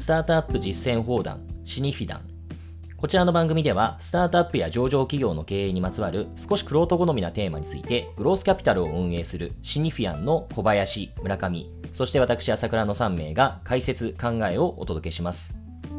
スタートアップ実践砲弾シニフィダン。こちらの番組ではスタートアップや上場企業の経営にまつわる少し玄人好みなテーマについてグロースキャピタルを運営するシニフィアンの小林、村上、そして私朝倉の3名が解説考えをお届けします。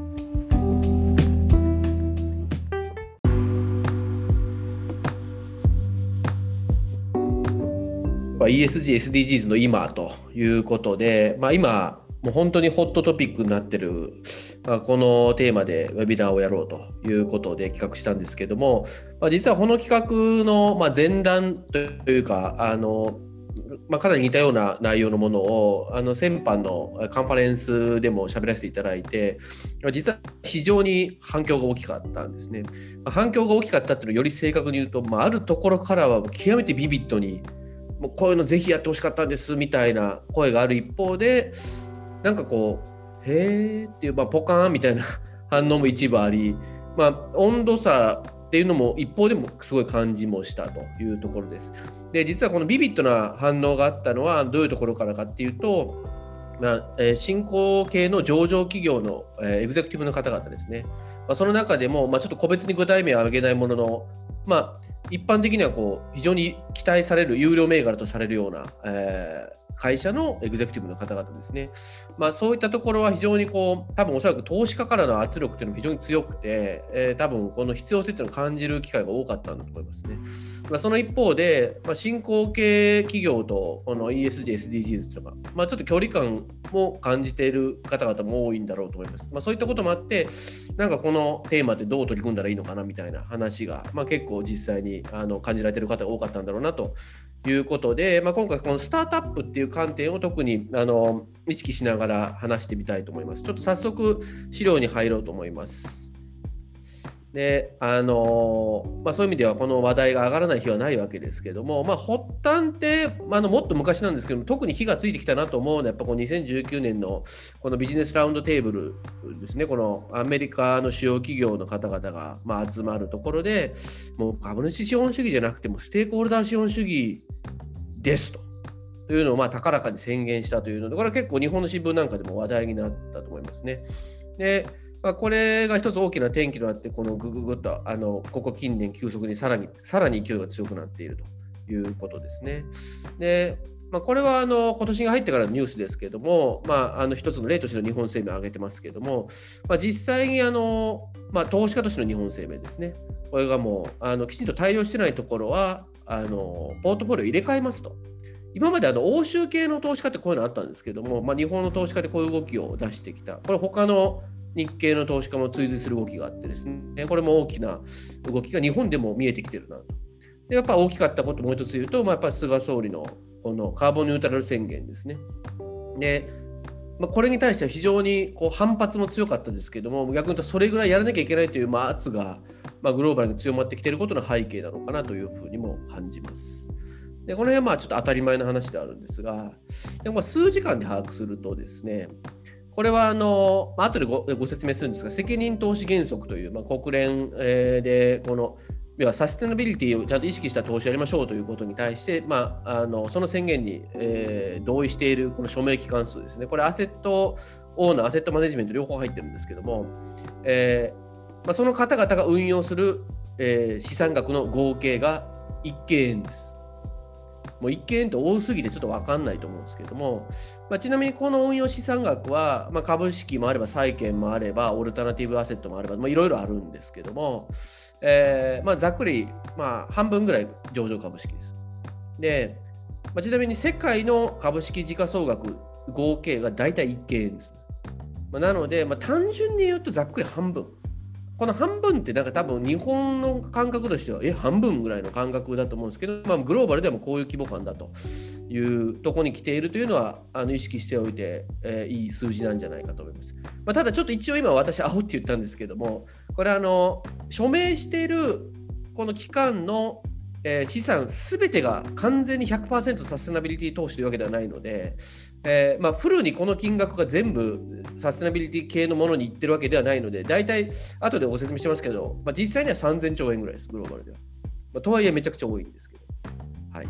ESG、SDGs の今ということで、今もう本当にホットトピックになっている、このテーマでウェビナーをやろうということで企画したんですけども、実はこの企画の前段というかかなり似たような内容のものを先般のカンファレンスでも喋らせていただいて、実は非常に反響が大きかったんですね。反響が大きかったっていうのをより正確に言うと、あるところからは極めてビビッドにもうこういうのぜひやってほしかったんですみたいな声がある一方で、なんかこうへーっていう、ポカーンみたいな反応も一部あり、温度差っていうのも一方でもすごい感じもしたというところです。で、実はこのビビッドな反応があったのはどういうところからかっていうと、新興系の上場企業のエグゼクティブの方々ですね。その中でも、ちょっと個別に具体名は挙げないものの、一般的には非常に期待される有料銘柄とされるような、会社のエグゼクティブの方々ですね。そういったところは非常に多分おそらく投資家からの圧力というのも非常に強くて、多分この必要性というのを感じる機会が多かったんだと思いますね。その一方で、新興系企業とこの ESG、SDGs というのが、ちょっと距離感も感じている方々も多いんだろうと思います。そういったこともあって、なんかこのテーマってどう取り組んだらいいのかなみたいな話が、結構実際に感じられている方が多かったんだろうなということで、今回このスタートアップっていう観点を特に意識しながら話してみたいと思います。ちょっと早速資料に入ろうと思います。で、そういう意味ではこの話題が上がらない日はないわけですけども、発端ってもっと昔なんですけども、特に火がついてきたなと思うのはやっぱこの2019年のこのビジネスラウンドテーブルですね。このアメリカの主要企業の方々が集まるところで、もう株主資本主義じゃなくてもステークホルダー資本主義ですというのを高らかに宣言したというので、これは結構日本の新聞なんかでも話題になったと思いますね。で、これが一つ大きな転機となって、このぐっとここ近年急速にさらに勢いが強くなっているということですね。で、これは今年が入ってからのニュースですけれども、一つの例としての日本生命を挙げてますけれども、実際に投資家としての日本生命ですね、これがもうきちんと対応してないところはポートフォリオを入れ替えますと。今まで欧州系の投資家ってこういうのあったんですけども、日本の投資家でこういう動きを出してきた。これ他の日系の投資家も追随する動きがあってですね、これも大きな動きが日本でも見えてきてるなと。で、やっぱ大きかったこともう一つ言うと、やっぱり菅総理のこのカーボンニュートラル宣言ですね。で、これに対しては非常に反発も強かったですけども、逆に言うとそれぐらいやらなきゃいけないという圧がグローバルに強まってきていることの背景なのかなというふうにも感じます。で、この辺はちょっと当たり前の話であるんですが、でも数時間で把握するとですね、これは後で ご説明するんですが、責任投資原則という、国連でこの要はサステナビリティをちゃんと意識した投資をやりましょうということに対して、その宣言に、同意しているこの署名機関数ですね。これアセットオーナー、アセットマネジメント両方入ってるんですけども、その方々が運用する、資産額の合計が1京円です。もう1件って多すぎてちょっと分かんないと思うんですけども、ちなみにこの運用資産額は、株式もあれば債券もあればオルタナティブアセットもあればいろいろあるんですけども、ざっくり、半分ぐらい上場株式です。で、ちなみに世界の株式時価総額合計がだいたい1件です。なので、単純に言うとざっくり半分。この半分ってなんか多分日本の感覚としては半分ぐらいの感覚だと思うんですけど、グローバルでもこういう規模感だというところに来ているというのは意識しておいて、いい数字なんじゃないかと思います。ただちょっと一応今私青って言ったんですけども、これ署名しているこの機関の資産すべてが完全に 100% サステナビリティ投資というわけではないので、フルにこの金額が全部サステナビリティ系のものにいってるわけではないので、大体後でご説明してますけど、実際には3000兆円ぐらいです、グローバルでは。とはいえめちゃくちゃ多いんですけど。はい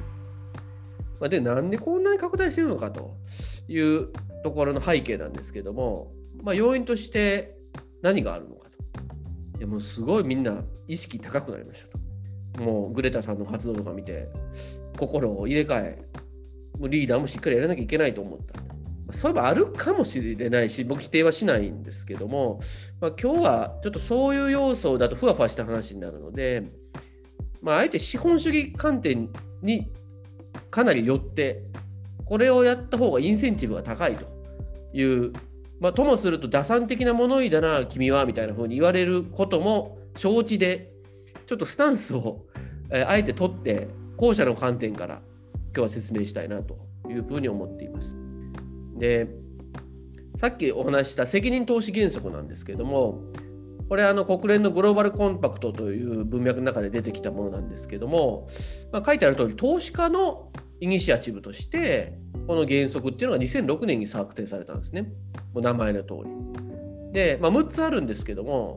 。で、なんでこんなに拡大しているのかというところの背景なんですけども、 要因として何があるのかと。いやもうすごいみんな意識高くなりましたと。もうグレタさんの活動とか見て心を入れ替え、もうリーダーもしっかりやらなきゃいけないと思った。そういえばあるかもしれないし、僕否定はしないんですけども、今日はちょっとそういう要素だとふわふわした話になるので、あえて資本主義観点にかなり寄って、これをやった方がインセンティブが高いという、ともすると打算的な物言いだな、君はみたいな風に言われることも承知で、ちょっとスタンスをあえて取って、後者の観点から今日は説明したいなというふうに思っています。で、さっきお話しした責任投資原則なんですけれども、これ国連のグローバルコンパクトという文脈の中で出てきたものなんですけども、書いてある通り投資家のイニシアチブとしてこの原則っていうのが2006年に策定されたんですね。もう名前の通りで、6つあるんですけども、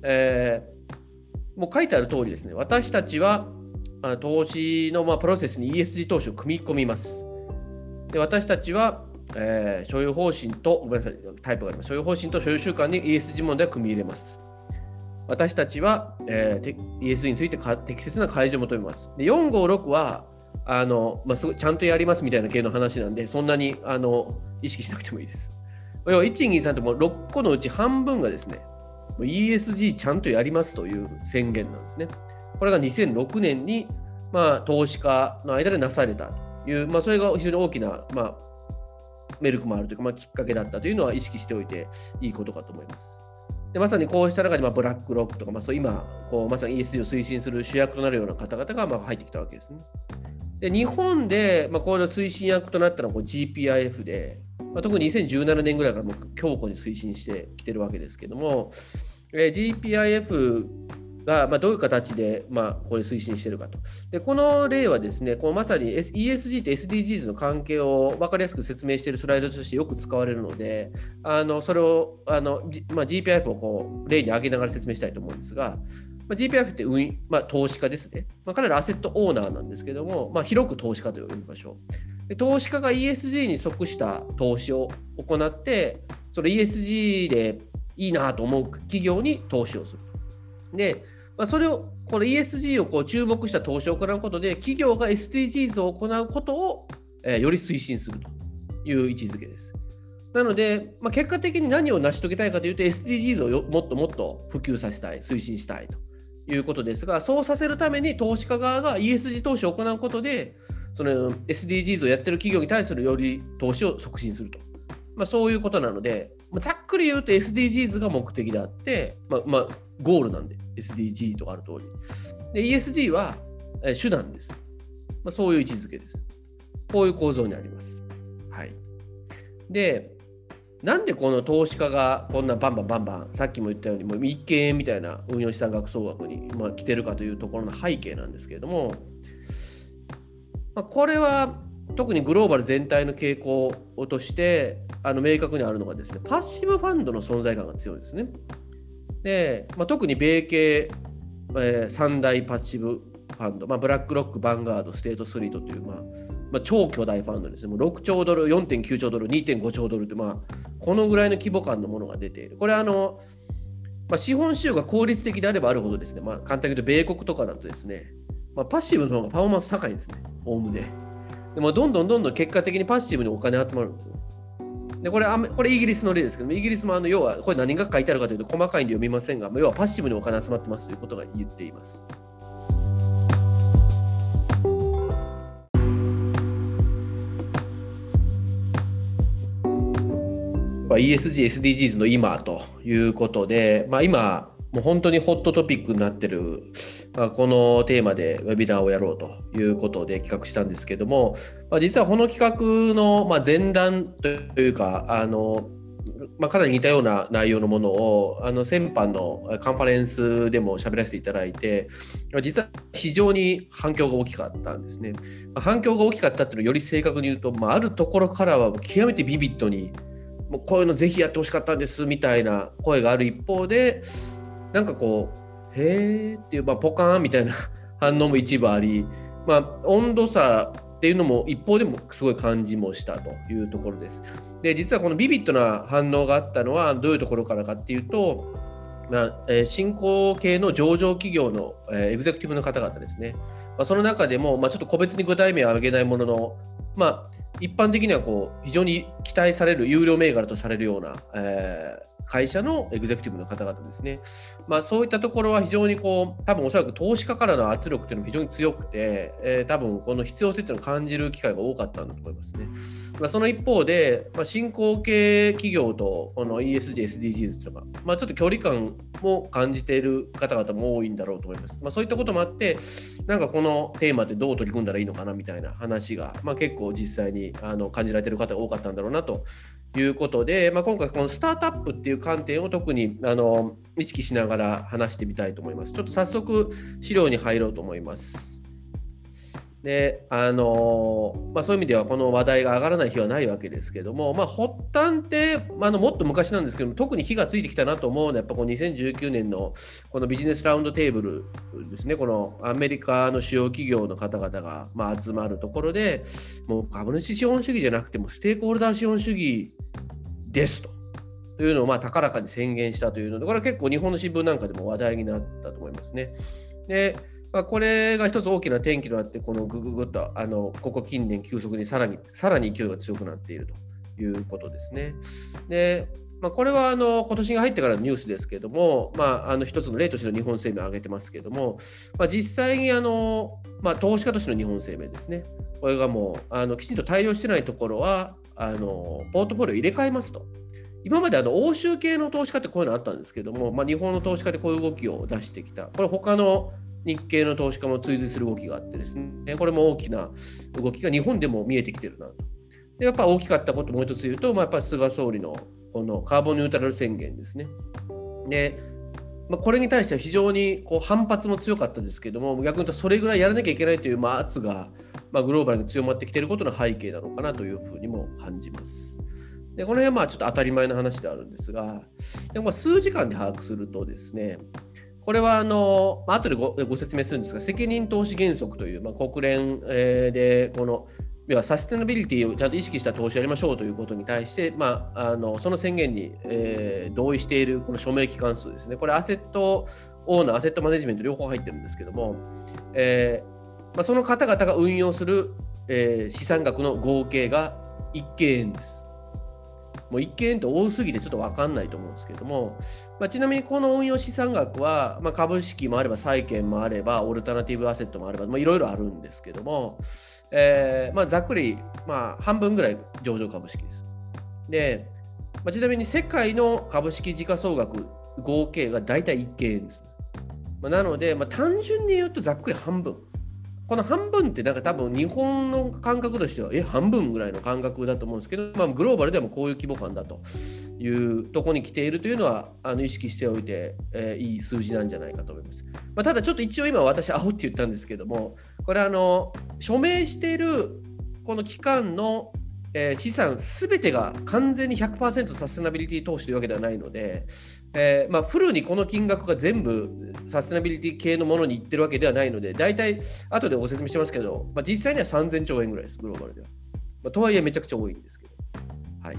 もう書いてある通りですね、私たちは投資のプロセスに ESG 投資を組み込みます。で、私たちは所有方針と、ごめんなさい、タイプがあります。所有方針と所有習慣に ESG 問題を組み入れます。私たちは、ESG について適切な開示を求めます。で、4、5、6はすごいちゃんとやりますみたいな系の話なんで、そんなに意識しなくてもいいです。要は1、2、3ってもう6個のうち半分がですね、ESG ちゃんとやりますという宣言なんですね。これが2006年に、投資家の間でなされたという、それが非常に大きな、メルクもあるというか、きっかけだったというのは意識しておいていいことかと思います。で、まさにこうした中で、ブラックロックとか、そう今まさに ESG を推進する主役となるような方々が入ってきたわけですね。で、日本で、これの推進役となったのはGPIF で、特に2017年ぐらいからも強固に推進してきてるわけですけども、GPIF がどういう形でこれ推進しているかと。で、この例はですね、まさに ESG と SDGs の関係を分かりやすく説明しているスライドとしてよく使われるので、それをGPIF を例に挙げながら説明したいと思うんですが、GPIF って投資家ですね。かなりアセットオーナーなんですけども、広く投資家と呼びましょう。で、投資家が ESG に即した投資を行って、それ ESG でいいなと思う企業に投資をする。で、それをこの ESG を注目した投資を行うことで、企業が SDGs を行うことを、より推進するという位置づけです。なので、結果的に何を成し遂げたいかというと、SDGs をもっともっと普及させたい、推進したいということですが、そうさせるために投資家側が ESG 投資を行うことで、その SDGs をやっている企業に対するより投資を促進すると。そういうことなので、ざっくり言うと SDGs が目的であって、ゴールなんで SDG とある通り。で、ESG は手段です。そういう位置づけです。こういう構造にあります。はい。で、なんでこの投資家がこんなバンバン、さっきも言ったように、もう1件円みたいな運用資産額総額に来てるかというところの背景なんですけれども、これは特にグローバル全体の傾向として明確にあるのがですね、パッシブファンドの存在感が強いですね。で、特に米系、3大パッシブファンド、ブラックロック、バンガード、ステートストリートという、超巨大ファンドですね。もう6兆ドル、4.9 兆ドル、2.5 兆ドルという、このぐらいの規模感のものが出ている。これ資本主義が効率的であればあるほどですね、簡単に言うと米国とかだとですね、パッシブの方がパフォーマンス高いんですね、おおむね。でもどんどん結果的にパッシブにお金集まるんですよ。で、これイギリスの例ですけども、イギリスも要はこれ何が書いてあるかというと細かいんで読みませんが、要はパッシブにお金集まってますということが言っています。ESG、SDGs の今ということで、今もう本当にホットトピックになっている、このテーマでウェビナーをやろうということで企画したんですけども、実はこの企画の前段というかかなり似たような内容のものを先般のカンファレンスでも喋らせていただいて、実は非常に反響が大きかったんですね。反響が大きかったというのをより正確に言うと、あるところからは極めてビビッドにもうこういうのぜひやってほしかったんですみたいな声がある一方で、なんかこうへーっていう、ポカーンみたいな反応も一部あり、温度差っていうのも一方でもすごい感じもしたというところです。で、実はこのビビッドな反応があったのはどういうところからかっていうと、新興系の上場企業のエグゼクティブの方々ですね。その中でも、ちょっと個別に具体名を挙げないものの、一般的には非常に期待される有料銘柄とされるような、会社のエグゼクティブの方々ですね。そういったところは非常に多分おそらく投資家からの圧力というのも非常に強くて、多分この必要性というのを感じる機会が多かったんだと思いますね。その一方で、新興系企業とこの ESG、SDGs とか、ちょっと距離感も感じている方々も多いんだろうと思います。そういったこともあって、なんかこのテーマってどう取り組んだらいいのかなみたいな話が、結構実際に感じられている方が多かったんだろうなということで、今回このスタートアップっていう観点を特に意識しながら話してみたいと思います。ちょっと早速資料に入ろうと思います。でそういう意味ではこの話題が上がらない日はないわけですけども、発端ってもっと昔なんですけども、特に火がついてきたなと思うのはやっぱこの2019年のこのビジネスラウンドテーブルですね。このアメリカの主要企業の方々が集まるところで、もう株主資本主義じゃなくてもステークホルダー資本主義ですというのを高らかに宣言したというので、これは結構日本の新聞なんかでも話題になったと思いますね。でこれが一つ大きな転機となって、このぐっとここ近年急速にさらに勢いが強くなっているということですね。でこれは今年が入ってからのニュースですけれども、一つの例としての日本生命を挙げてますけれども、実際に投資家としての日本生命ですね、これがもうきちんと対応してないところはポートフォリオを入れ替えますと。今まで欧州系の投資家ってこういうのあったんですけども、日本の投資家でこういう動きを出してきた。これ他の日系の投資家も追随する動きがあってですね、これも大きな動きが日本でも見えてきてるなと。でやっぱ大きかったこともう一つ言うと、やっぱり菅総理のこのカーボンニュートラル宣言ですね。でこれに対しては非常に反発も強かったですけども、逆に言うとそれぐらいやらなきゃいけないという圧がグローバルに強まってきていることの背景なのかなというふうにも感じます。でこの辺はちょっと当たり前の話であるんですが、でも数時間で把握するとですね、これは後で ご説明するんですが、責任投資原則という、国連でこの要はサステナビリティをちゃんと意識した投資をやりましょうということに対して、その宣言に、同意しているこの署名機関数ですね。これアセットオーナー、アセットマネジメント両方入ってるんですけども、その方々が運用する、資産額の合計が1京円です。もう1件って多すぎてちょっと分かんないと思うんですけども、ちなみにこの運用資産額は、株式もあれば債券もあればオルタナティブアセットもあればいろいろあるんですけども、ざっくり、半分ぐらい上場株式です。で、ちなみに世界の株式時価総額合計がだいたい1件円です。なので、単純に言うとざっくり半分。この半分って多分日本の感覚としては半分ぐらいの感覚だと思うんですけど、グローバルでもこういう規模感だというところに来ているというのは意識しておいて、いい数字なんじゃないかと思います。ただちょっと一応今私青って言ったんですけども、これ署名しているこの機関の資産すべてが完全に 100% サステナビリティ投資というわけではないので、フルにこの金額が全部サステナビリティ系のものにいってるわけではないので、大体後でご説明してますけど、実際には3000兆円ぐらいです、グローバルでは。とはいえめちゃくちゃ多いんですけど。はい。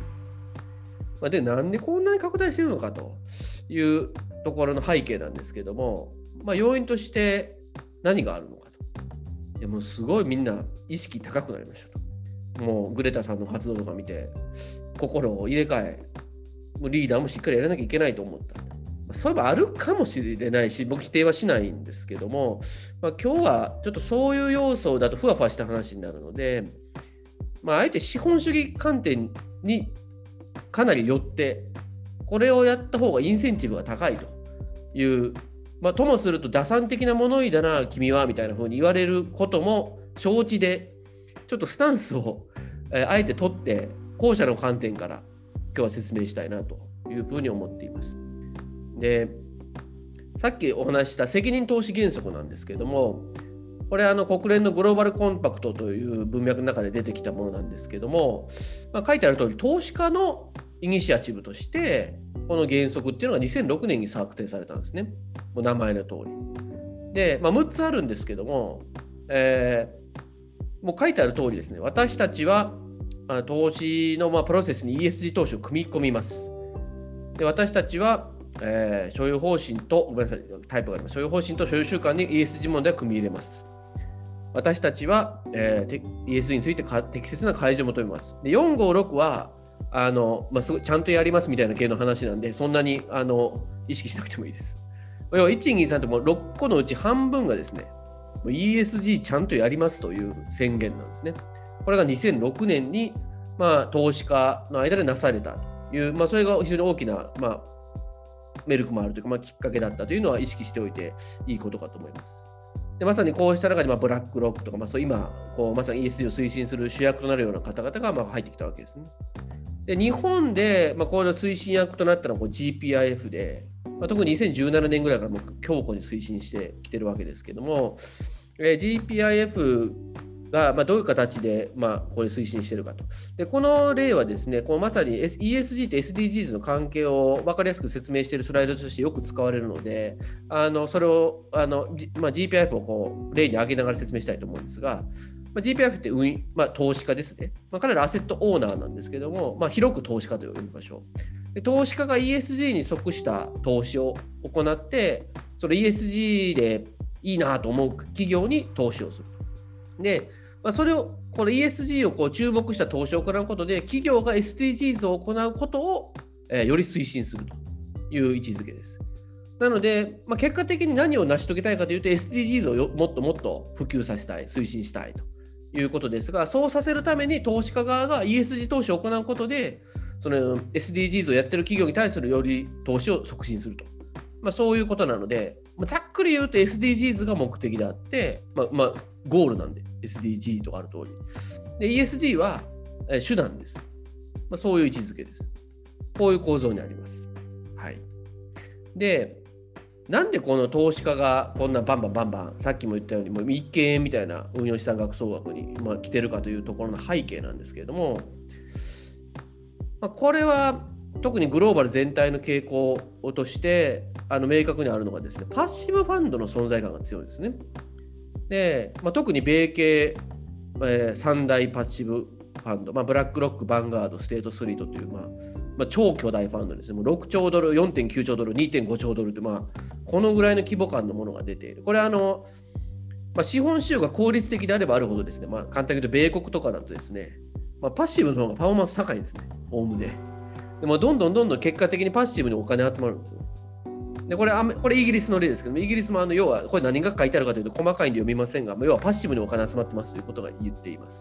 で、なんでこんなに拡大しているのかというところの背景なんですけども、要因として何があるのかと。もうすごいみんな意識高くなりましたと。もうグレタさんの活動とか見て心を入れ替え、もうリーダーもしっかりやらなきゃいけないと思った。そういえばあるかもしれないし、僕否定はしないんですけども、今日はちょっとそういう要素だとふわふわした話になるので、あえて資本主義観点にかなり寄ってこれをやった方がインセンティブが高いという、ともすると打算的な物言いだな君はみたいな風に言われることも承知で、ちょっとスタンスをあえて取って後者の観点から今日は説明したいなというふうに思っています。で、さっきお話した責任投資原則なんですけれども、これ国連のグローバルコンパクトという文脈の中で出てきたものなんですけども、書いてある通り投資家のイニシアチブとしてこの原則っていうのが2006年に策定されたんですね。名前の通りで、6つあるんですけども、 もう書いてある通りですね、私たちは投資のプロセスに ESG 投資を組み込みます。で、私たちは、所有方針と、ごめんなさい、タイプがあります。所有方針と所有習慣に ESG 問題を組み入れます。私たちは、ESG について適切な開示を求めます。で、456はすごいちゃんとやりますみたいな系の話なんで、そんなに意識しなくてもいいです。要は1、2、3とも6個のうち半分がですね、ESG ちゃんとやりますという宣言なんですね。これが2006年に、投資家の間でなされたという、それが非常に大きな、メリットもあるというか、きっかけだったというのは意識しておいていいことかと思います。でまさにこうした中で、ブラックロックとか、そう今まさに ESG を推進する主役となるような方々が入ってきたわけですね。で日本で、これ推進役となったのはGPIF で、特に2017年ぐらいからも強固に推進してきてるわけですけども、GPIF がどういう形でこれ推進しているかと。でこの例はですね、まさに ESG と SDGs の関係を分かりやすく説明しているスライドとしてよく使われるので、それをGPIF を例に挙げながら説明したいと思うんですが、GPIF って投資家ですね。彼らアセットオーナーなんですけども、広く投資家と呼びましょう。で投資家が ESG に即した投資を行って、それ ESG でいいなと思う企業に投資をする。で、それをこれ ESG を注目した投資を行うことで、企業が SDGs を行うことを、より推進するという位置づけです。なので、結果的に何を成し遂げたいかというと、SDGs をもっともっと普及させたい、推進したいということですが、そうさせるために投資家側が ESG 投資を行うことで、その SDGs をやっている企業に対するより投資を促進すると。そういうことなので、ざっくり言うと SDGs が目的であって、ゴールなんで SDG とかある通り。で、ESG は手段です。そういう位置づけです。こういう構造にあります。はい。で、なんでこの投資家がこんなバンバン、さっきも言ったように、もう一軒円みたいな運用資産額総額に来てるかというところの背景なんですけれども、これは特にグローバル全体の傾向として明確にあるのがですね、パッシブファンドの存在感が強いですね。で、特に米系、三大パッシブファンド、ブラックロック、バンガード、ステートストリートという、超巨大ファンドですね。もう6兆ドル、4.9 兆ドル、2.5 兆ドルという、このぐらいの規模感のものが出ている。これ資本収が効率的であればあるほどですね、簡単に言うと米国とかだとですね、パッシブの方がパフォーマンス高いんですね、おおむね。でもどんどん結果的にパッシブにお金集まるんですよ。でこれイギリスの例ですけども、イギリスも要はこれ何が書いてあるかというと細かいんで読みませんが、要はパッシブにお金集まってますということが言っています。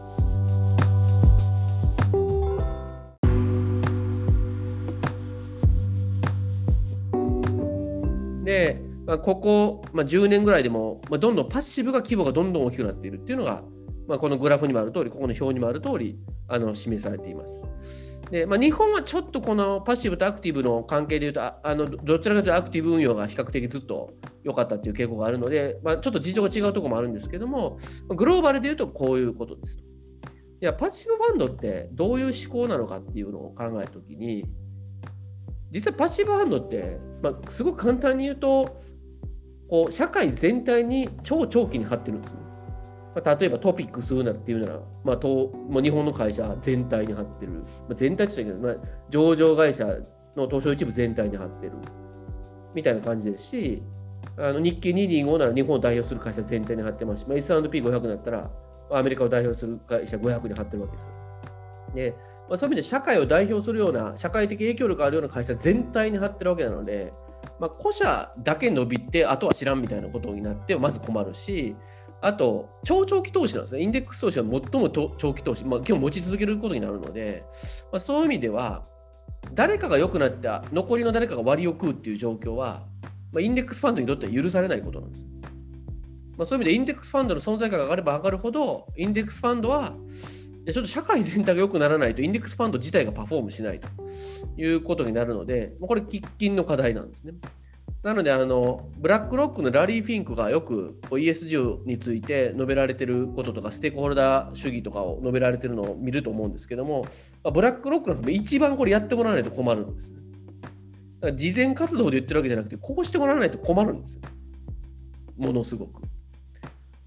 で、ここ、10年ぐらいでも、どんどんパッシブが規模がどんどん大きくなっているっていうのが、このグラフにもある通り、ここの表にもある通り示されています。で日本はちょっとこのパッシブとアクティブの関係でいうとどちらかというとアクティブ運用が比較的ずっと良かったっていう傾向があるので、ちょっと事情が違うところもあるんですけども、グローバルでいうとこういうことですと。いや、パッシブファンドってどういう思考なのかっていうのを考えたときに、実はパッシブファンドって、すごく簡単に言うと社会全体に超長期に張ってるんですね。例えばトピックスっていうなら、日本の会社全体に張ってる、全体としてはけど、上場会社の東証一部全体に張ってるみたいな感じですし、日経225なら日本を代表する会社全体に張ってますし、S&P500 になったらアメリカを代表する会社500に張ってるわけです。で、そういう意味で社会を代表するような、社会的影響力あるような会社全体に張ってるわけなので、個社だけ伸びて、あとは知らんみたいなことになってまず困るし、あと超長期投資なんですね。インデックス投資は最も長期投資、基本持ち続けることになるので、そういう意味では誰かが良くなった残りの誰かが割を食うっていう状況は、インデックスファンドにとっては許されないことなんです。そういう意味でインデックスファンドの存在感が上がれば上がるほど、インデックスファンドはちょっと社会全体が良くならないとインデックスファンド自体がパフォームしないということになるので、これ喫緊の課題なんですね。なのでブラックロックのラリー・フィンクがよく ESG について述べられていることとか、ステークホルダー主義とかを述べられているのを見ると思うんですけども、ブラックロックの一番これやってもらわないと困るんですね。だから慈善活動で言ってるわけじゃなくて、こうしてもらわないと困るんですよ、ものすごく。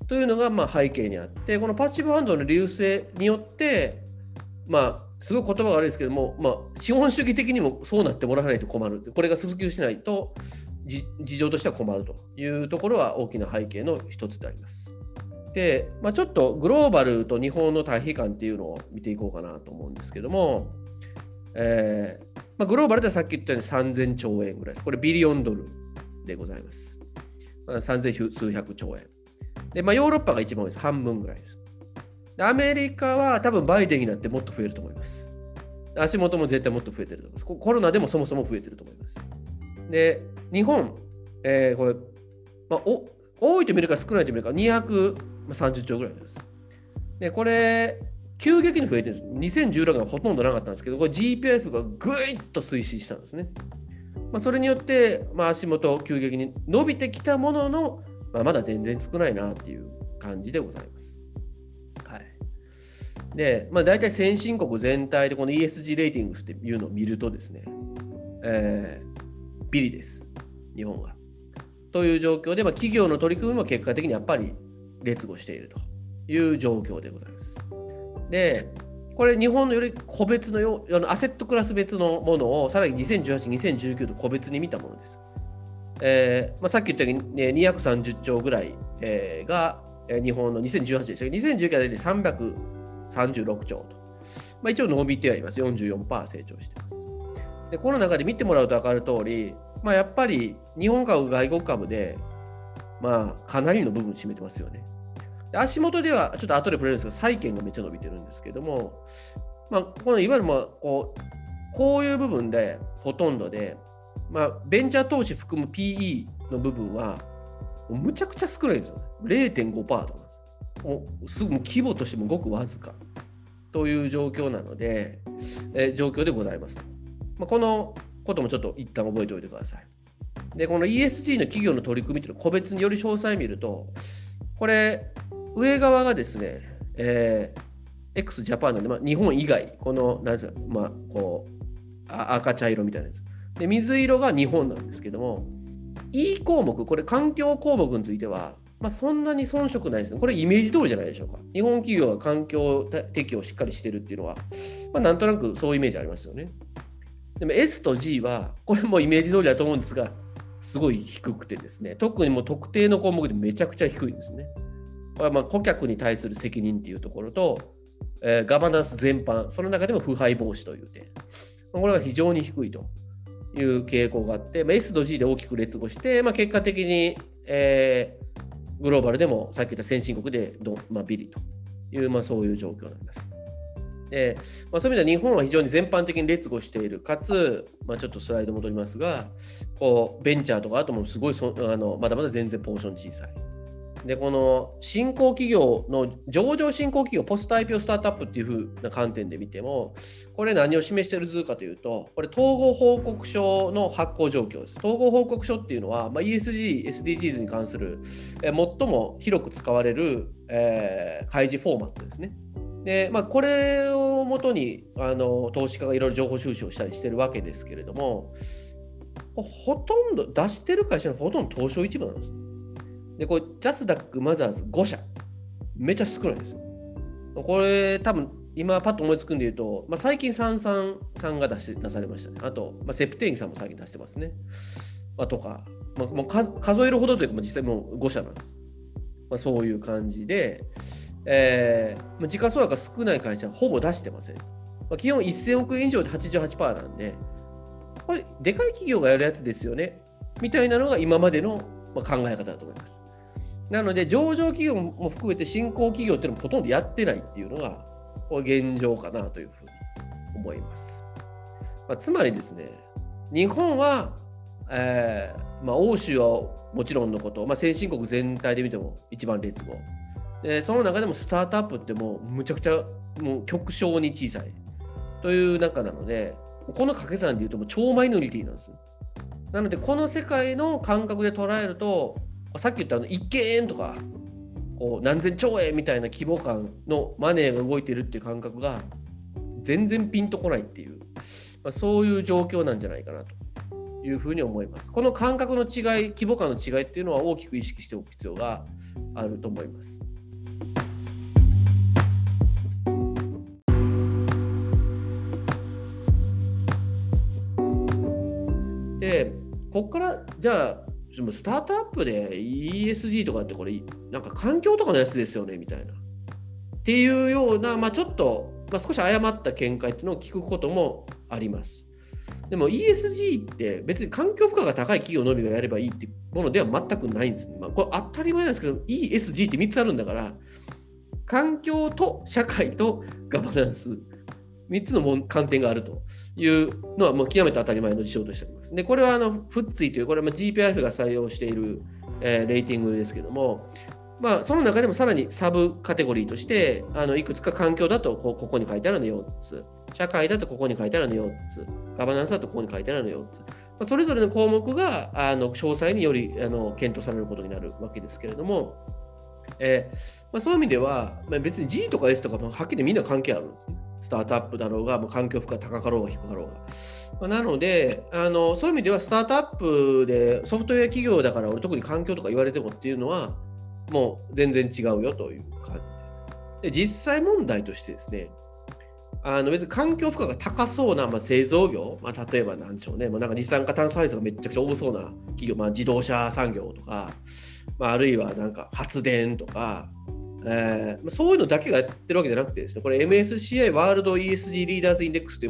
というのが背景にあって、このパッシブファンドの流星によって、すごい言葉が悪いですけども、資本主義的にもそうなってもらわないと困る。これが普及しないと事情としては困るというところは大きな背景の一つであります。で、ちょっとグローバルと日本の対比感っていうのを見ていこうかなと思うんですけども、グローバルではさっき言ったように3000兆円ぐらいです。これビリオンドルでございます。3000数百兆円。で、ヨーロッパが一番多いです。半分ぐらいです。で、アメリカは多分バイデンになってもっと増えると思います。足元も絶対もっと増えてると思います。コロナでもそもそも増えてると思います。で、日本、これ、多いと見るか少ないと見るか230兆ぐらいです。で、これ、急激に増えてるんです。2016年はほとんどなかったんですけど、これ GPIF がぐいっと推進したんですね。それによって、足元急激に伸びてきたものの、まだ全然少ないなっていう感じでございます。はい。で、大体先進国全体でこの ESG レーティングスっていうのを見るとですね、ビリです、日本が。という状況で、企業の取り組みも結果的にやっぱり劣後しているという状況でございます。で、これ日本のより個別のアセットクラス別のものをさらに2018、2019と個別に見たものです。さっき言ったように、230兆ぐらい、が日本の2018でしたけど、2019年で336兆と。一応伸びてはいます。44% 成長しています。で、この中で見てもらうと分かる通り、やっぱり日本株、外国株で、かなりの部分占めてますよね。で、足元では、ちょっと後で触れるんですけど、債券がめっちゃ伸びてるんですけども、このいわゆるこういう部分で、ほとんどで、ベンチャー投資含む PE の部分は、むちゃくちゃ少ないんですよね。0.5% とかなんです。もうすぐ規模としてもごくわずかという状況なので、状況でございます。このこともちょっと一旦覚えておいてください。で、この ESG の企業の取り組みというのを個別により詳細見ると、これ、上側がですね、X ジャパンなんで、日本以外、この、なんですか、赤茶色みたいなやつ。で、水色が日本なんですけども、E 項目、これ環境項目については、そんなに遜色ないですね。これイメージ通りじゃないでしょうか。日本企業が環境適応をしっかりしてるっていうのは、なんとなくそういうイメージありますよね。でも S と G は、これもイメージ通りだと思うんですが、すごい低くてですね、特にもう特定の項目でめちゃくちゃ低いんですね。これは顧客に対する責任っていうところと、ガバナンス全般、その中でも腐敗防止という点、これが非常に低いという傾向があって、S と G で大きく劣後して、結果的に、グローバルでもさっき言った先進国でビリという、そういう状況になります。で、そういう意味では日本は非常に全般的に劣後している、かつ、ちょっとスライド戻りますが、ベンチャーとかあともすごいまだまだ全然ポーション小さい。で、この新興企業の上場新興企業、ポスト IPO スタートアップっていう風な観点で見ても、これ何を示している図かというと、これ統合報告書の発行状況です。統合報告書っていうのは、ESG、SDGs に関する、最も広く使われる、開示フォーマットですね。で、これをもとに投資家がいろいろ情報収集をしたりしてるわけですけれども、ほとんど出してる会社のほとんど東証一部なんです。で、これ、ジャスダック、マザーズ5社、めちゃ少ないです。これ、多分今、パッと思いつくんで言うと、最近、サンさんが出されましたね。あと、セプテーニさんも最近出してますね。とか、もう数えるほどというか、実際もう5社なんです。そういう感じで、時価総額が少ない会社はほぼ出してません。基本1000億円以上で 88% なんで、これ、でかい企業がやるやつですよね、みたいなのが今までの考え方だと思います。なので、上場企業も含めて新興企業っていうのもほとんどやってないっていうのが、これ現状かなというふうに思います。つまりですね、日本は、欧州はもちろんのこと、先進国全体で見ても一番劣後。で、その中でもスタートアップってもうむちゃくちゃもう極小に小さいという中なので、この掛け算でいうともう超マイノリティなんです。なので、この世界の感覚で捉えると、さっき言った1兆円とか、何千兆円みたいな規模感のマネーが動いているっていう感覚が全然ピンとこないっていう、そういう状況なんじゃないかなというふうに思います。この感覚の違い、規模感の違いっていうのは大きく意識しておく必要があると思います。で、ここからじゃあスタートアップで ESG とかってこれなんか環境とかのやつですよねみたいなっていうような、ちょっと、少し誤った見解っていうのを聞くこともあります。でも ESG って別に環境負荷が高い企業のみがやればいいってものでは全くないんです。これ当たり前なんですけど ESG って3つあるんだから環境と社会とガバナンス3つの観点があるというのはもう極めて当たり前の事象としてあります。で、これはFTSE という、これは GPIF が採用している、レーティングですけども、その中でもさらにサブカテゴリーとして、いくつか環境だとここに書いてあるの4つ、社会だとここに書いてあるの4つ、ガバナンスだとここに書いてあるの4つ、それぞれの項目が詳細により検討されることになるわけですけれども、そういう意味では、別に G とか S とかもはっきりみんな関係あるんですね。スタートアップだろうが、環境負荷高かろうが低かろうが。なのでそういう意味ではスタートアップでソフトウェア企業だから俺特に環境とか言われてもっていうのはもう全然違うよという感じです。で、実際問題としてですね、別に環境負荷が高そうな、製造業、例えばなんでしょうね、なんか二酸化炭素排出がめちゃくちゃ多そうな企業、自動車産業とか、あるいはなんか発電とか、そういうのだけがやってるわけじゃなくてですね、これ MSCI ワールド ESG リーダーズインデックスという、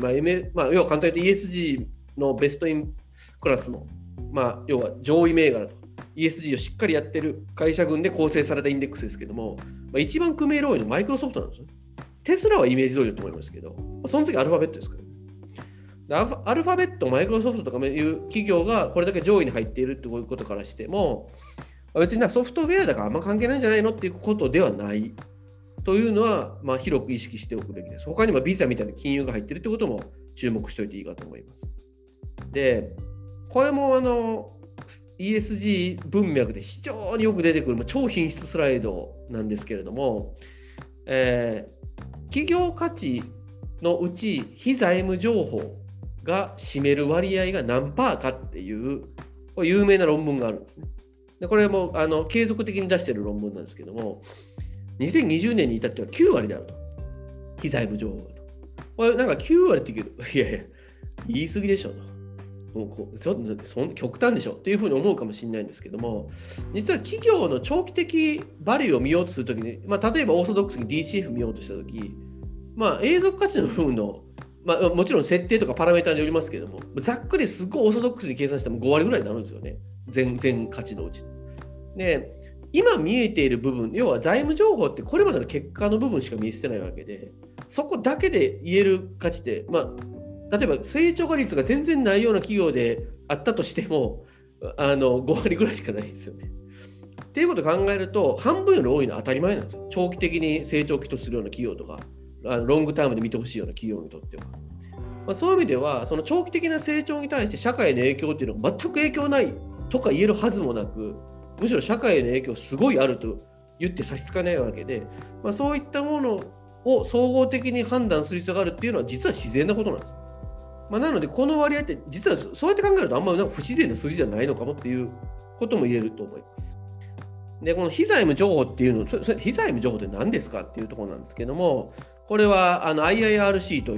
要は簡単に言うと ESG のベストインクラスの、要は上位銘柄と ESG をしっかりやってる会社群で構成されたインデックスですけども、一番組める多いのはマイクロソフトなんですよ。テスラはイメージ通りだと思いますけど、その次アルファベットですからね。アルファベット、マイクロソフトとかいう企業がこれだけ上位に入っているということからしても、別にソフトウェアだからあんま関係ないんじゃないのっていうことではないというのは、広く意識しておくべきです。他にもビザみたいな金融が入っているということも注目しておいていいかと思います。で、これもESG 文脈で非常によく出てくる超品質スライドなんですけれども、企業価値のうち非財務情報が占める割合が何パーかっていうこれ有名な論文があるんですね。でこれも継続的に出している論文なんですけども、2020年に至っては9割であると。非財務情報と。これなんか9割って言うけど、いや言い過ぎでしょと。もうちょっとそん極端でしょっていうふうに思うかもしれないんですけども、実は企業の長期的バリューを見ようとするときに、例えばオーソドックスに DCF 見ようとしたとき、永続価値の部分の、もちろん設定とかパラメータによりますけども、ざっくりすごいオーソドックスに計算しても5割ぐらいになるんですよね。全価値のうち。で、今見えている部分、要は財務情報ってこれまでの結果の部分しか見せてないわけで、そこだけで言える価値って、例えば成長率が全然ないような企業であったとしても5割ぐらいしかないですよね。っていうことを考えると半分より多いのは当たり前なんですよ。長期的に成長期とするような企業とかロングタームで見てほしいような企業にとっては、そういう意味ではその長期的な成長に対して社会への影響っていうのが全く影響ないとか言えるはずもなく、むしろ社会への影響すごいあると言って差し支えないわけで、そういったものを総合的に判断する必要があるっていうのは実は自然なことなんです。なのでこの割合って実はそうやって考えるとあんまり不自然な数字じゃないのかもっていうことも言えると思います。で、この非財務情報っていうの、非財務情報って何ですかっていうところなんですけども、これはIIRC という、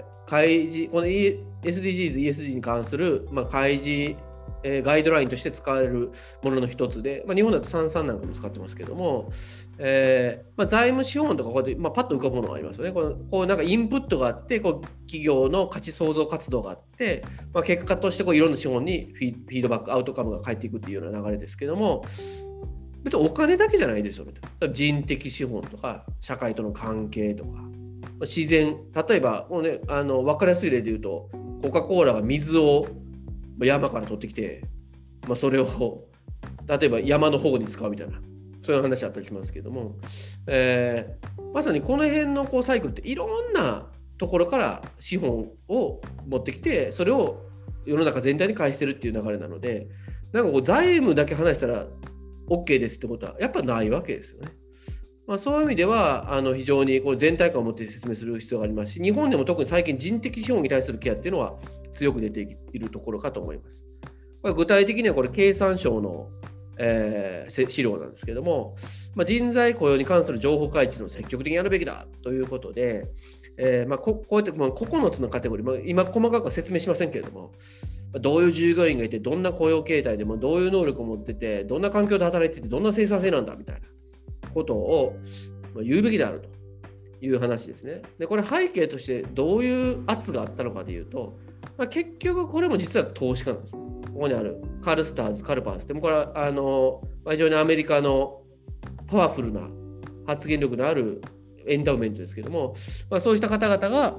開示、この SDGs、ESG に関する、開示、ガイドラインとして使われるものの一つで、日本だと33なんかも使ってますけども、財務資本とかここで、パッと浮かぶものがありますよね。こうなんかインプットがあって、企業の価値創造活動があって、結果としていろんな資本にフィードバック、アウトカムが返っていくっていうような流れですけども、別にお金だけじゃないですよね。人的資本とか、社会との関係とか、自然、例えば、分かりやすい例で言うと、コカ・コーラが水を山から取ってきて、それを例えば山の方に使うみたいな、そういう話あったりしますけども、まさにこの辺のサイクルっていろんなところから資本を持ってきて、それを世の中全体に返してるっていう流れなので、なんか財務だけ話したら OK ですってことはやっぱないわけですよね。そういう意味では非常に全体感を持って説明する必要がありますし、日本でも特に最近人的資本に対するケアっていうのは強く出ているところかと思います。これ具体的にはこれ経産省の、資料なんですけども、人材雇用に関する情報開示の積極的にやるべきだということで、こうやって9つのカテゴリー、今細かくは説明しませんけれども、どういう従業員がいて、どんな雇用形態でもどういう能力を持ってて、どんな環境で働いてて、どんな生産性なんだみたいなことを言うべきであるという話ですね。で、これ背景としてどういう圧があったのかというと、結局これも実は投資家なんです。ここにあるカルスターズ、カルパーズでもこれは非常にアメリカのパワフルな発言力のあるエンダウメントですけども、そうした方々が、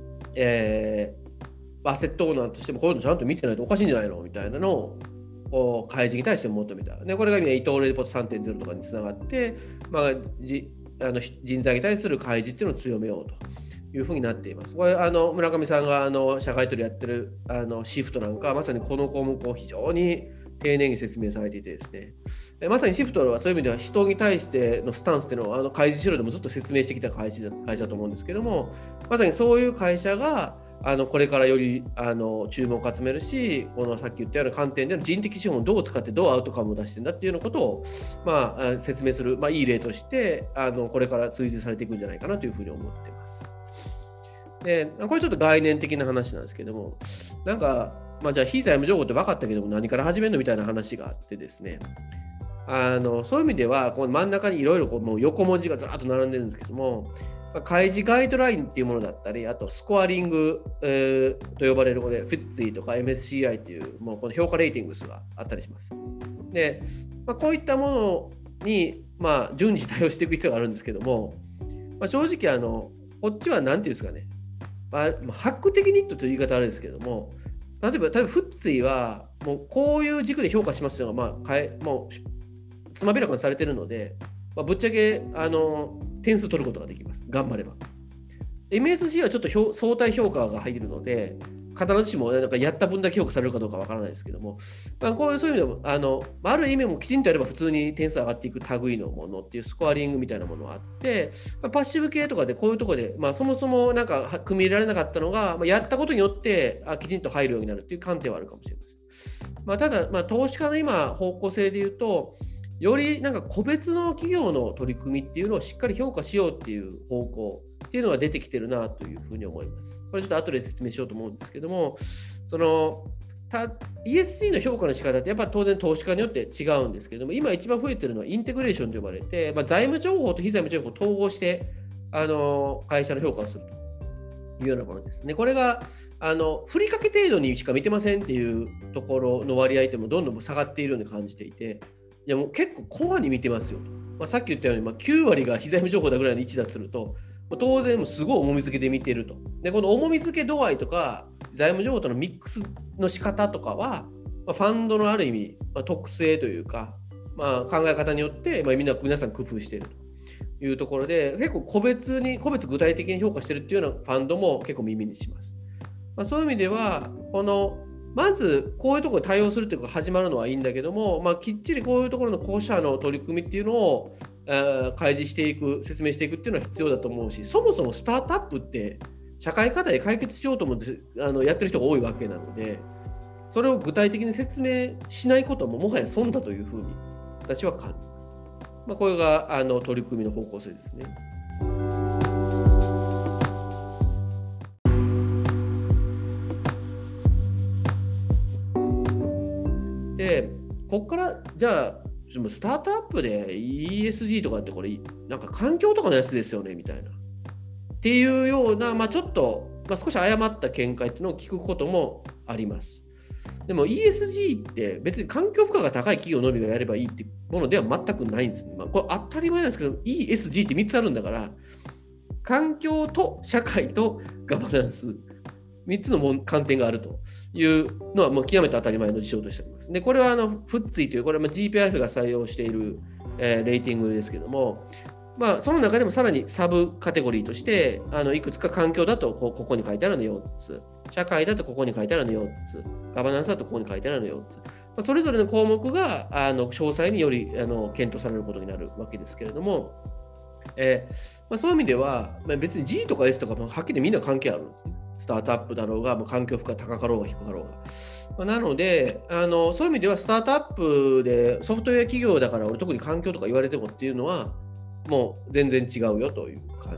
アセットオーナーとしてもこういうのちゃんと見てないとおかしいんじゃないのみたいなのをこう開示に対して求めた。でこれが今伊藤レポート 3.0 とかにつながって、人材に対する開示っていうのを強めようというふうになっています。これ村上さんが社会取りやってるシフトなんかまさにこの項目を非常に丁寧に説明されていてですね、まさにシフトはそういう意味では人に対してのスタンスっていうのを開示資料でもずっと説明してきた会社だと思うんですけども、まさにそういう会社がこれからより注目を集めるし、このさっき言ったような観点での人的資本をどう使ってどうアウトカムを出してるんだっていうようなことを、説明する、いい例としてこれから追随されていくんじゃないかなというふうに思っています。でこれちょっと概念的な話なんですけども、なんか、じゃあ非財務情報って分かったけども何から始めるのみたいな話があってですね、そういう意味ではこの真ん中にいろいろもう横文字がずらっと並んでるんですけども、開示ガイドラインっていうものだったり、あとスコアリング、と呼ばれるこれ FTSE とか MSCI っていうもうこの評価レーティングスがあったりします。で、こういったものに、順次対応していく必要があるんですけども、正直こっちは何ていうんですかね、ハック的ニットという言い方はあれですけども、例えばFTSE はもうこういう軸で評価しますよが、もうつまびらかにされているので、ぶっちゃけ点数取ることができます。頑張れば。MSC はちょっと相対評価が入るので、必ずしもなんかやった分だけ評価されるかどうかわからないですけども、こういうそういう意味でもある意味もきちんとやれば普通に点数上がっていく類のものっていうスコアリングみたいなものがあって、パッシブ系とかでこういうところで、そもそもなんか組み入れられなかったのが、やったことによってきちんと入るようになるっていう観点はあるかもしれません。ただ、投資家の今方向性で言うと、よりなんか個別の企業の取り組みっていうのをしっかり評価しようっていう方向っていうのが出てきてるなというふうに思います。これちょっと後で説明しようと思うんですけども、ESG の評価の仕方ってやっぱ当然投資家によって違うんですけども、今一番増えてるのはインテグレーションと呼ばれて、財務情報と非財務情報を統合して会社の評価をするというようなものですね。これが振りかけ程度にしか見てませんっていうところの割合ってもどんどん下がっているように感じていて、いやもう結構コアに見てますよと。さっき言ったように、9割が非財務情報だぐらいの位置だとすると、当然すごい重み付けで見ていると。で、この重み付け度合いとか、財務情報とのミックスの仕方とかは、ファンドのある意味、特性というか、考え方によって、皆さん工夫しているというところで、結構個別具体的に評価しているっていうようなファンドも結構耳にします。そういう意味では、まずこういうところに対応するというのが始まるのはいいんだけども、きっちりこういうところの後者の取り組みっていうのを開示していく、説明していくっていうのは必要だと思うし、そもそもスタートアップって社会課題解決しようと思ってやってる人が多いわけなので、それを具体的に説明しないことももはや損だというふうに私は感じます。これが取り組みの方向性ですね。で、ここからじゃあスタートアップで ESG とかってこれなんか環境とかのやつですよねみたいなっていうような、ちょっと、少し誤った見解っていうのを聞くこともあります。でも ESG って別に環境負荷が高い企業のみがやればいいってものでは全くないんですね。これ当たり前なんですけど ESG って3つあるんだから、環境と社会とガバナンス3つの観点があるというのはもう極めて当たり前の事象としてあります。で、これはFTSE という、これは GPIF が採用している、レーティングですけども、その中でもさらにサブカテゴリーとしていくつか環境だとここに書いてあるの4つ、社会だとここに書いてあるの4つ、ガバナンスだとここに書いてあるの4つ、それぞれの項目が詳細により検討されることになるわけですけれども、そういう意味では、別に G とか S とかもはっきりみんな関係あるんですね。 スタートアップだろうが、環境負荷高かろうが低かろうが。なのでそういう意味ではスタートアップでソフトウェア企業だから俺特に環境とか言われてもっていうのはもう全然違うよという感じです。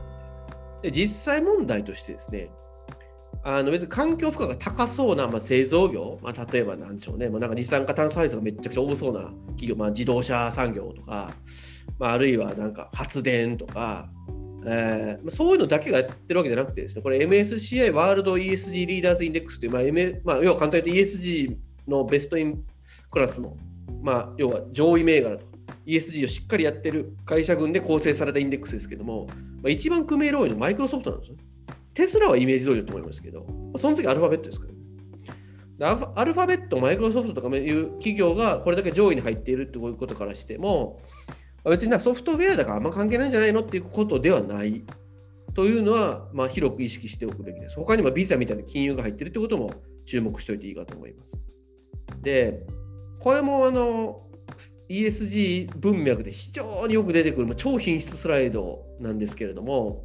で実際問題としてですね、別に環境負荷が高そうな、製造業、例えばなんでしょうね、なんか二酸化炭素排出がめちゃくちゃ多そうな企業、自動車産業とか、あるいはなんか発電とか、そういうのだけがやってるわけじゃなくてですね、これ MSCI ワールド ESG リーダーズインデックスという、要は簡単に言うと ESG のベストインクラスの、要は上位銘柄と ESG をしっかりやってる会社群で構成されたインデックスですけども、一番組める多いのはマイクロソフトなんですよ。テスラはイメージ通りだと思いますけど、その次アルファベットですからね。アルファベット、マイクロソフトとかいう企業がこれだけ上位に入っているということからしても、別にソフトウェアだからあんま関係ないんじゃないのっていうことではないというのは、広く意識しておくべきです。他にもビザみたいな金融が入っているということも注目しておいていいかと思います。で、これもESG 文脈で非常によく出てくる超品質スライドなんですけれども、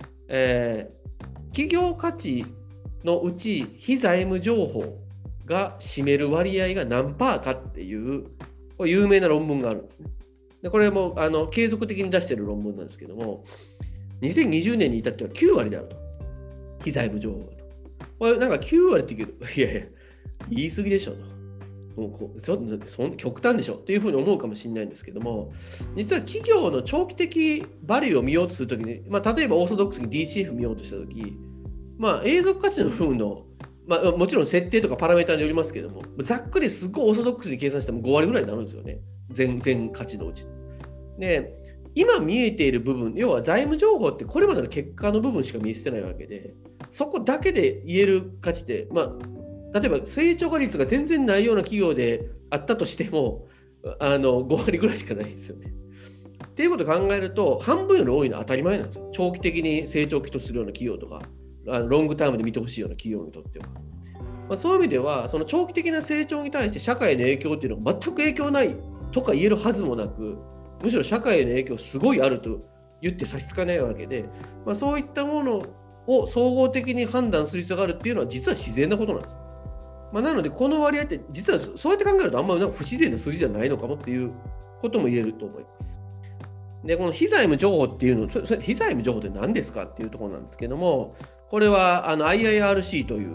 企業価値のうち非財務情報が占める割合が何パーかっていうこれ有名な論文があるんですね。でこれも継続的に出している論文なんですけども、2020年に至っては9割であると。非財務情報と。これなんか9割って言うけど、いやいや、言い過ぎでしょと。もうちょっと極端でしょっていうふうに思うかもしれないんですけども、実は企業の長期的バリューを見ようとするときに、例えばオーソドックスに DCF 見ようとしたとき、永続価値の部分の、もちろん設定とかパラメータによりますけども、ざっくりすっごいオーソドックスに計算しても5割ぐらいになるんですよね。全価値のうち。で、今見えている部分、要は財務情報ってこれまでの結果の部分しか見せてないわけで、そこだけで言える価値って、例えば成長率が全然ないような企業であったとしても、5割ぐらいしかないですよね。っていうことを考えると、半分より多いのは当たり前なんですよ。長期的に成長期とするような企業とか、ロングタームで見てほしいような企業にとっては。そういう意味では、その長期的な成長に対して社会への影響っていうのが全く影響ないとか言えるはずもなく、むしろ社会への影響すごいあると言って差し支えないわけで、そういったものを総合的に判断する必要があるっていうのは実は自然なことなんです。なのでこの割合って実はそうやって考えるとあんまり不自然な数字じゃないのかもっていうことも言えると思います。で、この非財務情報っていうの、非財務情報って何ですかっていうところなんですけども、これはIIRC という、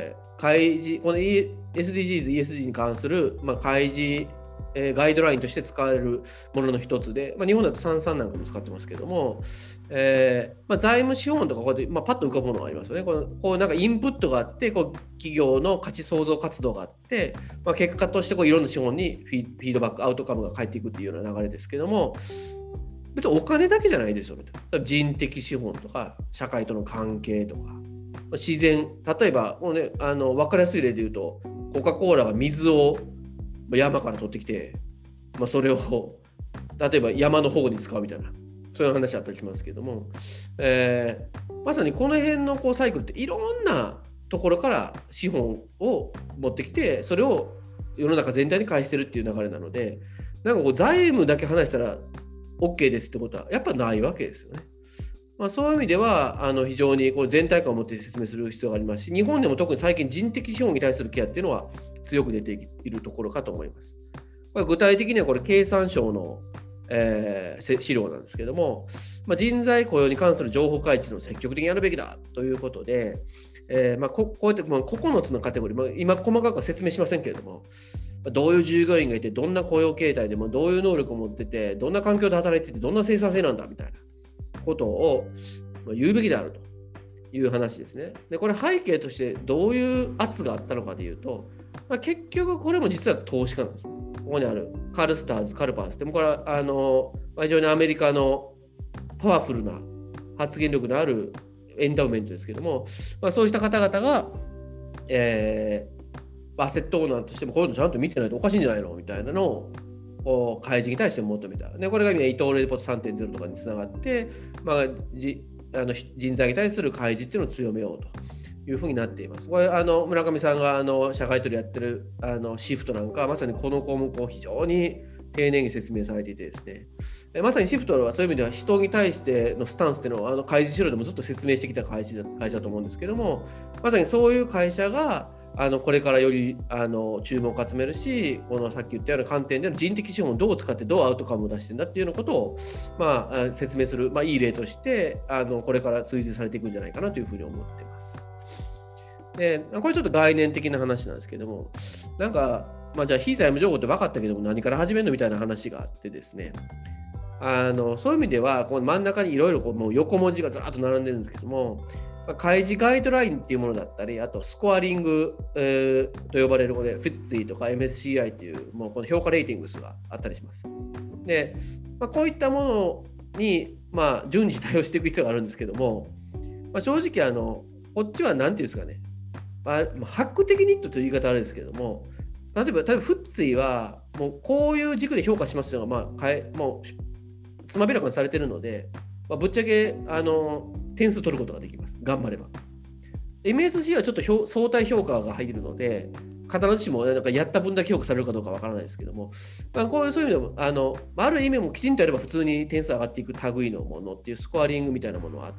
開示、この SDGs、ESG に関する、開示、ガイドラインとして使われるものの一つで、日本だと33なんかも使ってますけども、財務資本とかこうやって、パッと浮かぶものがありますよね。こうなんかインプットがあって、企業の価値創造活動があって、結果としていろんな資本にフィードバック、アウトカムが返っていくっていうような流れですけども、別にお金だけじゃないですよね。人的資本とか、社会との関係とか、自然、例えば、分かりやすい例で言うと、コカ・コーラが水を山から取ってきて、それを例えば山の保護に使うみたいな、そういう話あったりしますけども、まさにこの辺のサイクルっていろんなところから資本を持ってきて、それを世の中全体に返してるっていう流れなので、なんか財務だけ話したら OK ですってことはやっぱないわけですよね。そういう意味では非常に全体感を持って説明する必要がありますし、日本でも特に最近人的資本に対するケアっていうのは強く出ているところかと思います。これ具体的には経産省の、資料なんですけども、人材雇用に関する情報開示の積極的にやるべきだということで、こうやって9つのカテゴリー、今細かくは説明しませんけれども、どういう従業員がいて、どんな雇用形態でもどういう能力を持ってて、どんな環境で働いてて、どんな生産性なんだみたいなことを言うべきであるという話ですね。で、これ背景としてどういう圧があったのかというと、結局これも実は投資家なんです。ここにあるカルスターズ、カルパーズって、これは非常にアメリカのパワフルな発言力のあるエンダウメントですけども、そうした方々が、アセットオーナーとしてもこういうのちゃんと見てないとおかしいんじゃないのみたいなのを開示に対して求めた。で、これが今伊藤レポート 3.0 とかにつながって、人材に対する開示っていうのを強めようというふうになっています。これ村上さんが社会取りやってるシフトなんかまさにこの項目を非常に丁寧に説明されていてですね、まさにシフトはそういう意味では人に対してのスタンスっていうのを開示資料でもずっと説明してきた会社だと思うんですけども、まさにそういう会社がこれからより注目を集めるし、このさっき言ったような観点での人的資本をどう使ってどうアウトカムを出してるんだっていうようなことを、説明する、いい例としてこれから追随されていくんじゃないかなというふうに思っています。でこれちょっと概念的な話なんですけども、なんか、じゃあ非財務情報って分かったけども何から始めるのみたいな話があってですね、そういう意味ではこの真ん中にいろいろもう横文字がずらっと並んでるんですけども、開示ガイドラインっていうものだったり、あとスコアリング、と呼ばれるこれ FTSE とか MSCI っていうもうこの評価レーティングスがあったりします。で、こういったものに、順次対応していく必要があるんですけども、正直こっちは何ていうんですかね、ハック的ニットという言い方はあれですけども、例えばFTSE はもうこういう軸で評価しますというのがもうつまびらかにされているので、ぶっちゃけ点数取ることができます。頑張れば。MSC はちょっと相対評価が入るので、必ずしもなんかやった分だけ評価されるかどうかわからないですけども、こういうそういう意味でもある意味もきちんとやれば普通に点数上がっていく類のものっていうスコアリングみたいなものがあって、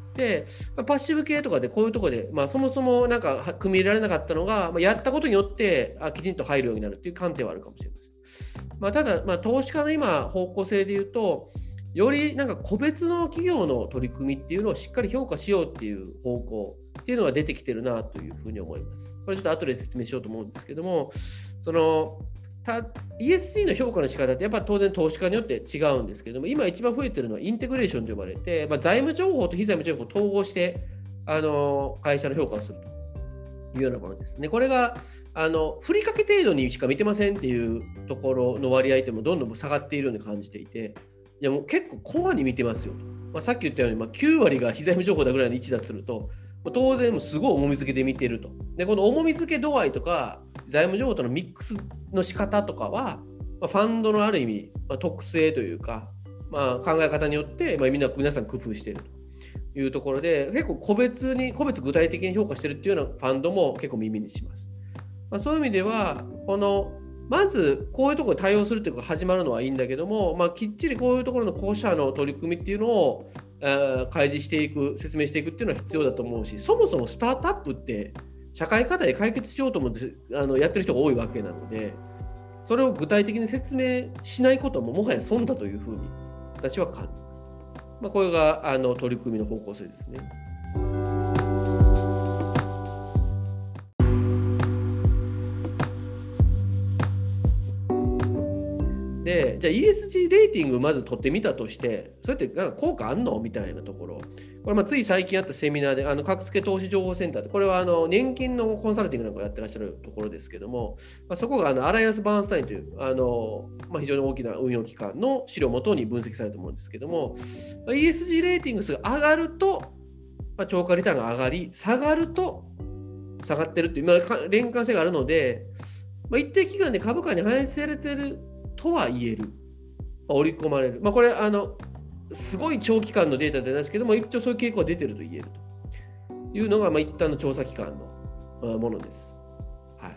パッシブ系とかでこういうところで、そもそもなんか組み入れられなかったのが、やったことによってきちんと入るようになるっていう観点はあるかもしれません。ただ、投資家の今方向性で言うと、よりなんか個別の企業の取り組みっていうのをしっかり評価しようっていう方向っていうのが出てきてるなというふうに思います。これちょっと後で説明しようと思うんですけども、ESG の評価の仕方ってやっぱ当然投資家によって違うんですけども、今一番増えてるのはインテグレーションと呼ばれて、財務情報と非財務情報を統合して会社の評価をするというようなものですね。これがふりかけ程度にしか見てませんっていうところの割合ってもどんどん下がっているように感じていて、いやもう結構コアに見てますよと。さっき言ったように、9割が非財務情報だぐらいの位置だとすると、当然すごい重み付けで見てると。で、この重み付け度合いとか財務情報とのミックスの仕方とかは、ファンドのある意味、特性というか、考え方によって、皆さん工夫しているというところで、結構個別具体的に評価しているっていうようなファンドも結構耳にします。そういう意味ではまずこういうところに対応するというのが始まるのはいいんだけども、きっちりこういうところの後者の取り組みっていうのを開示していく、説明していくっていうのは必要だと思うし、そもそもスタートアップって社会課題解決しようと思ってやってる人が多いわけなので、それを具体的に説明しないことももはや損だというふうに私は感じます。これが取り組みの方向性ですね。で、じゃあ ESG レーティングまず取ってみたとして、それってなんか効果あんのみたいなところ、これつい最近あったセミナーで格付け投資情報センターで、これは年金のコンサルティングなんかをやってらっしゃるところですけども、そこがアライアンス・バーンスタインという非常に大きな運用機関の資料をもとに分析されたものですけども、ESG レーティング数が上がると、超過リターンが上がり、下がると下がってるっていう、連関性があるので、一定期間で株価に反映されているとは言える、織り込まれる、これすごい長期間のデータでなんですけども、一応そういう傾向が出てると言えるというのが一旦の調査機関のものです。はい。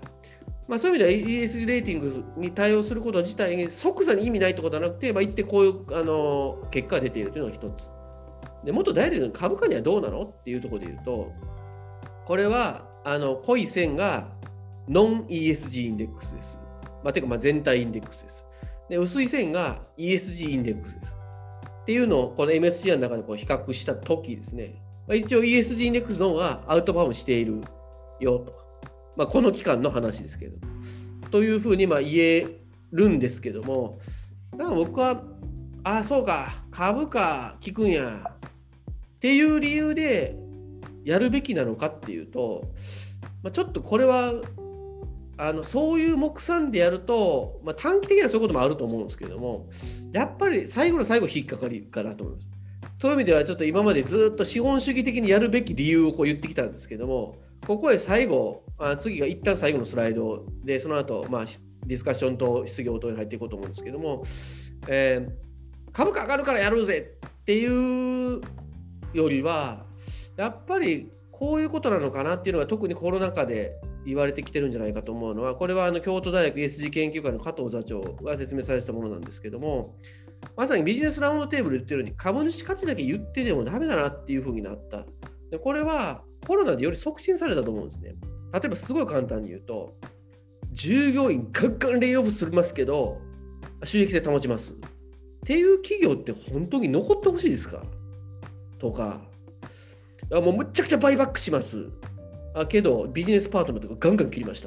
そういう意味では ESG レーティングに対応すること自体に即座に意味ないってことはなくて、一定こういう結果が出ているというのが一つ。で、もっと大事な株価にはどうなのっていうところで言うと、これは濃い線がノン ESG インデックスです。ていうか全体インデックスです。で、薄い線が ESG インデックスです。っていうのをこの MSCI の中で比較したときですね、一応 ESG インデックスの方がアウトパフォームしているよと。この期間の話ですけど。というふうに言えるんですけども、だから僕は、そうか、株価効くんやっていう理由でやるべきなのかっていうと、ちょっとこれはそういう目算でやると、短期的にはそういうこともあると思うんですけれども、やっぱり最後の最後引っかかりかなと思います。そういう意味ではちょっと今までずっと資本主義的にやるべき理由を言ってきたんですけども、ここへ最後、次が一旦最後のスライドで、その後、ディスカッションと質疑応答に入っていこうと思うんですけども、株価上がるからやるぜっていうよりは、やっぱりこういうことなのかなっていうのが特にコロナ禍で言われてきてるんじゃないかと思うのは、これは京都大学 ESG 研究会の加藤座長が説明されてたものなんですけども、まさにビジネスラウンドテーブルで言ってるように株主価値だけ言ってでもダメだなっていうふうになった。でこれはコロナでより促進されたと思うんですね。例えばすごい簡単に言うと、従業員ガンガンレイオフすますけど収益性保ちますっていう企業って本当に残ってほしいですかとか、もうむっちゃくちゃバイバックしますけどビジネスパートナーとかガンガン切りました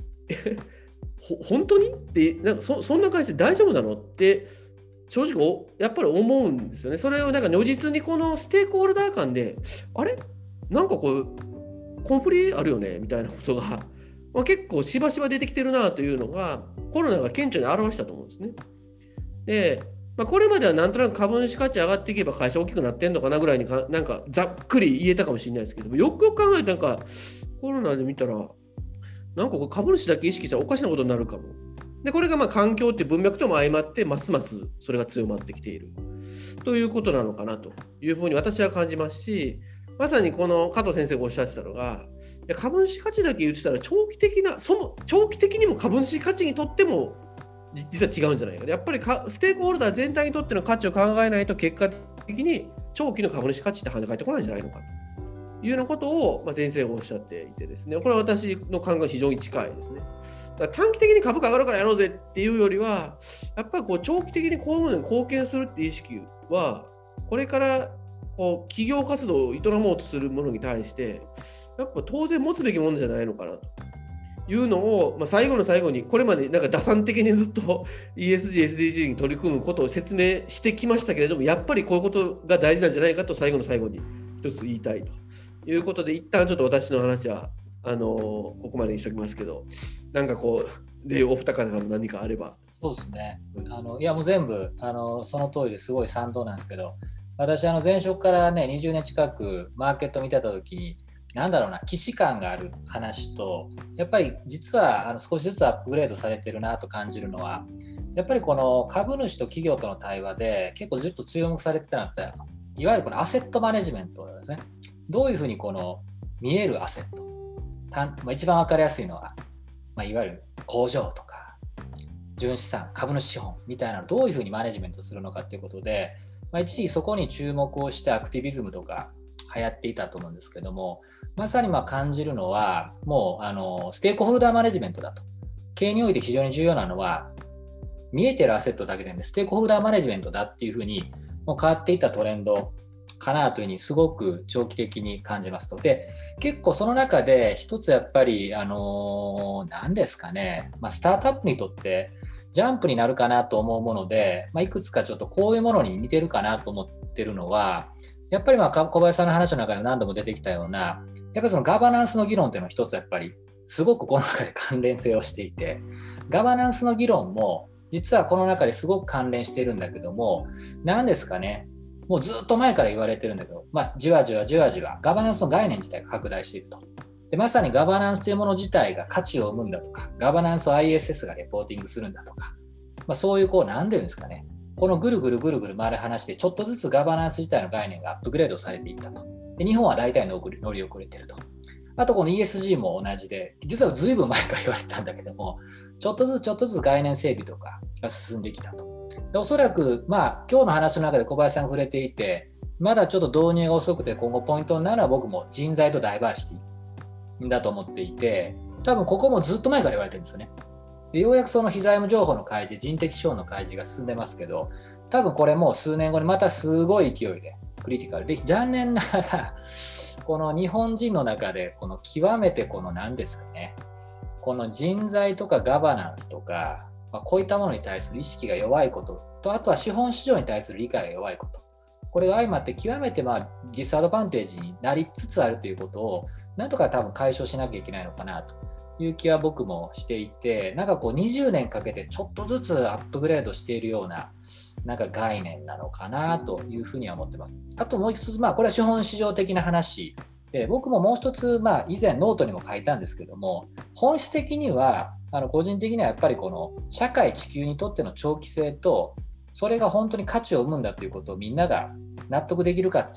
本当にってなんかそんな感じで大丈夫なのって正直やっぱり思うんですよね。それをなんか如実にこのステークホルダー間であれなんかこうコンフリあるよねみたいなことが、結構しばしば出てきてるなというのがコロナが顕著に表したと思うんですね。で、これまではなんとなく株主価値上がっていけば会社大きくなってんのかなぐらいになんかざっくり言えたかもしれないですけど、よくよく考えてなんかコロナで見たらなんか株主だけ意識したらおかしなことになるかも。でこれが環境っていう文脈とも相まってますますそれが強まってきているということなのかなというふうに私は感じますし、まさにこの加藤先生がおっしゃってたのが、株主価値だけ言ってたら長期的にも株主価値にとっても実は違うんじゃないか。やっぱりステークホルダー全体にとっての価値を考えないと結果的に長期の株主価値って跳ね返ってこないんじゃないのかというようなことを先生がおっしゃっていてですね、これは私の考えが非常に近いですね。だから短期的に株価上がるからやろうぜっていうよりは、やっぱり長期的にこういうものに貢献するっていう意識は、これから企業活動を営もうとするものに対して、やっぱ当然持つべきものじゃないのかなというのを、最後の最後に、これまでなんか打算的にずっと ESG、SDG に取り組むことを説明してきましたけれども、やっぱりこういうことが大事なんじゃないかと最後の最後に一つ言いたいということで、一旦ちょっと私の話はここまでにしておきますけど、なんかでお二方から何かあれば。 そうですね。いやもう全部その通りですごい賛同なんですけど、私前職からね20年近くマーケット見てた時に既視感がある話と、やっぱり実は少しずつアップグレードされてるなと感じるのは、やっぱりこの株主と企業との対話で結構ずっと注目されてたのって、いわゆるこのアセットマネジメントですね。どういうふうにこの見えるアセット、一番分かりやすいのは、いわゆる工場とか純資産、株主資本みたいなのをどういうふうにマネジメントするのかということで、一時そこに注目をしてアクティビズムとか流行っていたと思うんですけども、まさに感じるのはもうステークホルダーマネジメントだと。経営において非常に重要なのは見えてるアセットだけでね、ステークホルダーマネジメントだっていうふうにもう変わっていったトレンドかなというふうにすごく長期的に感じますと。で、結構その中で一つやっぱり何ですかね、スタートアップにとってジャンプになるかなと思うもので、いくつかちょっとこういうものに似てるかなと思ってるのは、やっぱり小林さんの話の中で何度も出てきたような、やっぱりそのガバナンスの議論っていうのは一つやっぱりすごくこの中で関連性をしていて、ガバナンスの議論も実はこの中ですごく関連しているんだけども、何ですかね、もうずっと前から言われてるんだけど、じわじわガバナンスの概念自体が拡大していると。でまさにガバナンスというもの自体が価値を生むんだとか、ガバナンスを ISS がレポーティングするんだとか、そういう何ていうんですかね、このぐるぐる回る話でちょっとずつガバナンス自体の概念がアップグレードされていったと。で日本は大体乗り遅れてると。あとこの ESG も同じで、実はずいぶん前から言われてたんだけども、ちょっとずつ概念整備とかが進んできたと。でおそらく今日の話の中で小林さんが触れていて、まだちょっと導入が遅くて今後ポイントになるのは僕も人材とダイバーシティだと思っていて、多分ここもずっと前から言われてるんですよね。でようやくその非財務情報の開示、人的資本の開示が進んでますけど、多分これもう数年後にまたすごい勢いでクリティカルで、残念ながらこの日本人の中でこの極めて何ですかね、この人材とかガバナンスとか、こういったものに対する意識が弱いことと、あとは資本市場に対する理解が弱いこと、これが相まって極めてディスアドバンテージになりつつあるということをなんとか多分解消しなきゃいけないのかなという気は僕もしていて、20年かけてちょっとずつアップグレードしているような概念なのかなというふうには思ってます。あともう一つ、これは資本市場的な話で、僕ももう一つ、以前ノートにも書いたんですけども、本質的には個人的にはやっぱりこの社会地球にとっての長期性と、それが本当に価値を生むんだということをみんなが納得できるかっていう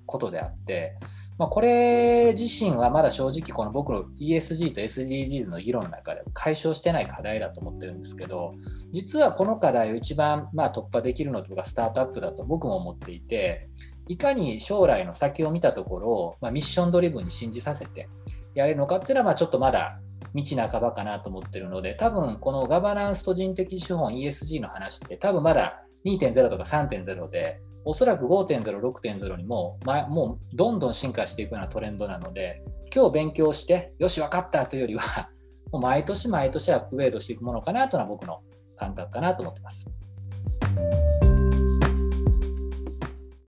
ことであって、これ自身はまだ正直この僕の ESG と SDGs の議論の中で解消してない課題だと思ってるんですけど、実はこの課題を一番突破できるのがスタートアップだと僕も思っていて、いかに将来の先を見たところを、ミッションドリブンに信じさせてやれるのかっていうのはちょっとまだ道半ばかなと思ってるので、多分このガバナンスと人的資本 ESG の話って多分まだ 2.0 とか 3.0 で、おそらく 5.0、6.0 にもうどんどん進化していくようなトレンドなので、今日勉強してよし分かったというよりはもう毎年毎年アップグレードしていくものかなというのは僕の感覚かなと思ってます。